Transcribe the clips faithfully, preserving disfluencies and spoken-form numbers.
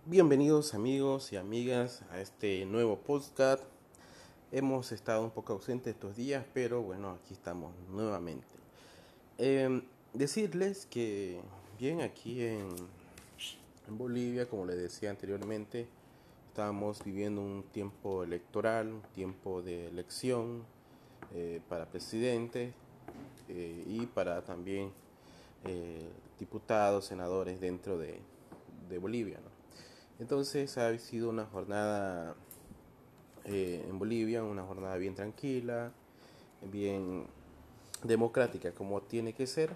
Bienvenidos amigos y amigas a este nuevo podcast. Hemos estado un poco ausentes estos días, pero bueno, aquí estamos nuevamente. Eh, decirles que bien aquí en, en Bolivia, como les decía anteriormente, estamos viviendo un tiempo electoral, un tiempo de elección eh, para presidente eh, y para también eh, diputados, senadores dentro de, de Bolivia, ¿no? Entonces ha sido una jornada eh, en Bolivia, una jornada bien tranquila, bien democrática como tiene que ser.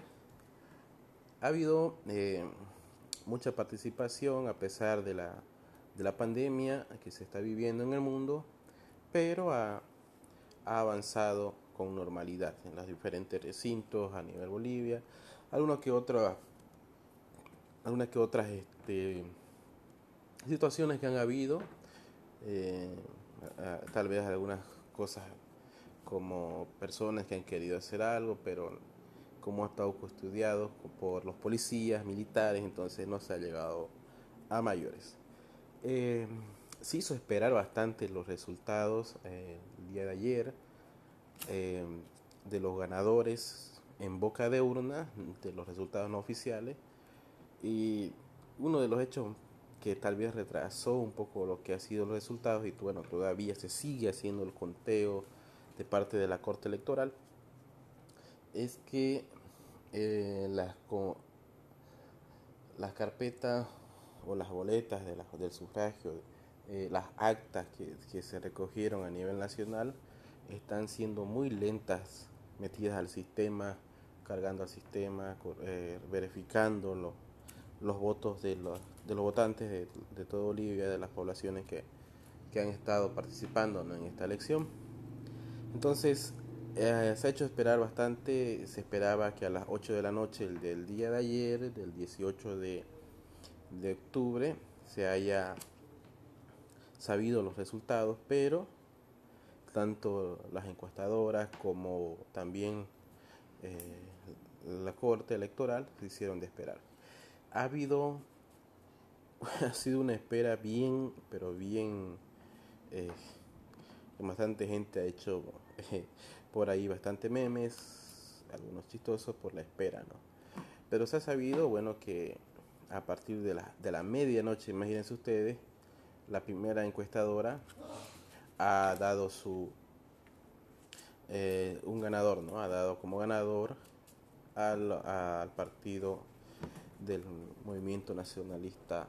Ha habido eh, mucha participación a pesar de la, de la pandemia que se está viviendo en el mundo, pero ha, ha avanzado con normalidad en los diferentes recintos a nivel Bolivia. Algunas que otras, algunas que otras este, situaciones que han habido, eh, tal vez algunas cosas como personas que han querido hacer algo, pero como ha estado custodiado por los policías, militares, entonces no se ha llegado a mayores. Eh, se hizo esperar bastante los resultados eh, el día de ayer eh, de los ganadores en boca de urna, de los resultados no oficiales, y uno de los hechos que tal vez retrasó un poco lo que ha sido los resultados, y bueno, todavía se sigue haciendo el conteo de parte de la Corte Electoral, es que eh, las, co- las carpetas o las boletas de la- del sufragio, eh, las actas que, que se recogieron a nivel nacional, están siendo muy lentas, metidas al sistema, cargando al sistema, eh, verificando los, los votos de los, de los votantes de, de toda Bolivia, de las poblaciones que, que han estado participando, ¿no?, en esta elección. Entonces, eh, se ha hecho esperar bastante. Se esperaba que a las ocho de la noche del día de ayer, del dieciocho de, de octubre, se haya sabido los resultados, pero tanto las encuestadoras como también eh, la Corte Electoral se hicieron de esperar. Ha habido, ha sido una espera bien, pero bien, eh, bastante gente ha hecho eh, por ahí bastante memes, algunos chistosos por la espera, ¿no? Pero se ha sabido, bueno, que a partir de la, de la medianoche, imagínense ustedes, la primera encuestadora ha dado su eh, un ganador, ¿no? Ha dado como ganador al, al partido del movimiento nacionalista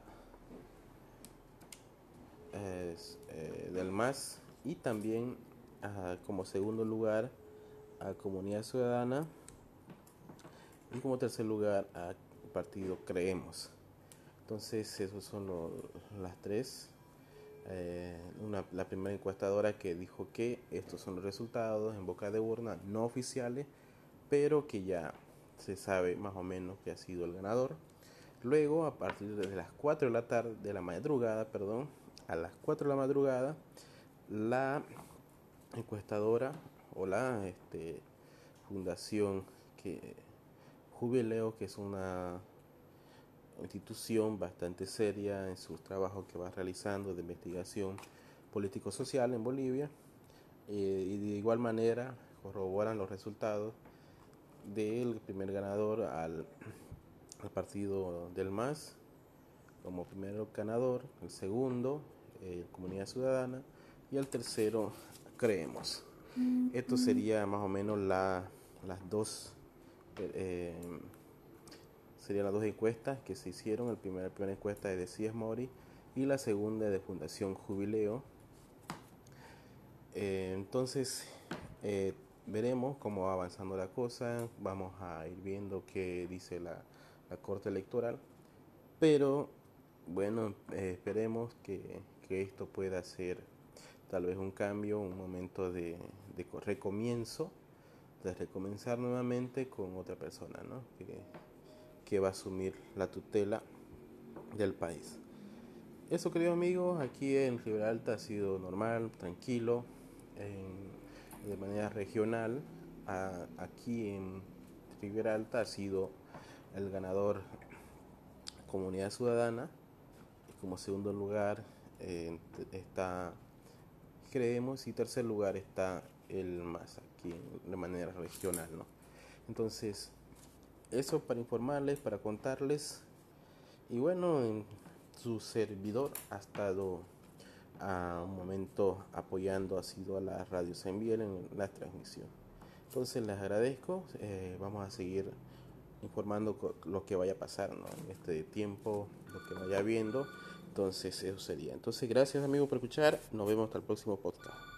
eh, eh, del MAS, y también uh, como segundo lugar a Comunidad Ciudadana, y como tercer lugar a partido Creemos. Entonces esos son los, las tres. Eh, una, la primera encuestadora que dijo que estos son los resultados en boca de urna no oficiales, pero que ya se sabe más o menos que ha sido el ganador. Luego, a partir de las cuatro de la tarde, de la madrugada, perdón, a las cuatro de la madrugada, la encuestadora o la este, fundación que Jubileo, que es una institución bastante seria en sus trabajos que va realizando de investigación político-social en Bolivia, eh, y de igual manera corroboran los resultados del primer ganador al, al partido del MAS como primero ganador, el segundo eh, Comunidad Ciudadana, y el tercero Creemos. Esto sería más o menos la, las dos eh, serían las dos encuestas que se hicieron. El primer, la primera encuesta es de C I E S Mori y la segunda de Fundación Jubileo. Eh, entonces, eh, veremos cómo va avanzando la cosa. Vamos a ir viendo qué dice la, la Corte Electoral. Pero, bueno, eh, esperemos que, que esto pueda ser tal vez un cambio, un momento de, de recomienzo, de recomenzar nuevamente con otra persona, ¿no?, que, que va a asumir la tutela del país. Eso, queridos amigos, aquí en Ribera Alta ha sido normal, tranquilo, en, de manera regional. A, aquí en Ribera Alta ha sido el ganador Comunidad Ciudadana, como segundo lugar eh, está Creemos, y tercer lugar está el MAS, aquí de manera regional, ¿no? Entonces, eso para informarles, para contarles. Y bueno, en su servidor ha estado a un momento apoyando, ha sido a la radio San Miguel en la transmisión. Entonces les agradezco, eh, vamos a seguir informando lo que vaya a pasar, ¿no? En este tiempo, lo que vaya viendo. Entonces eso sería. Entonces gracias amigos por escuchar, nos vemos hasta el próximo podcast.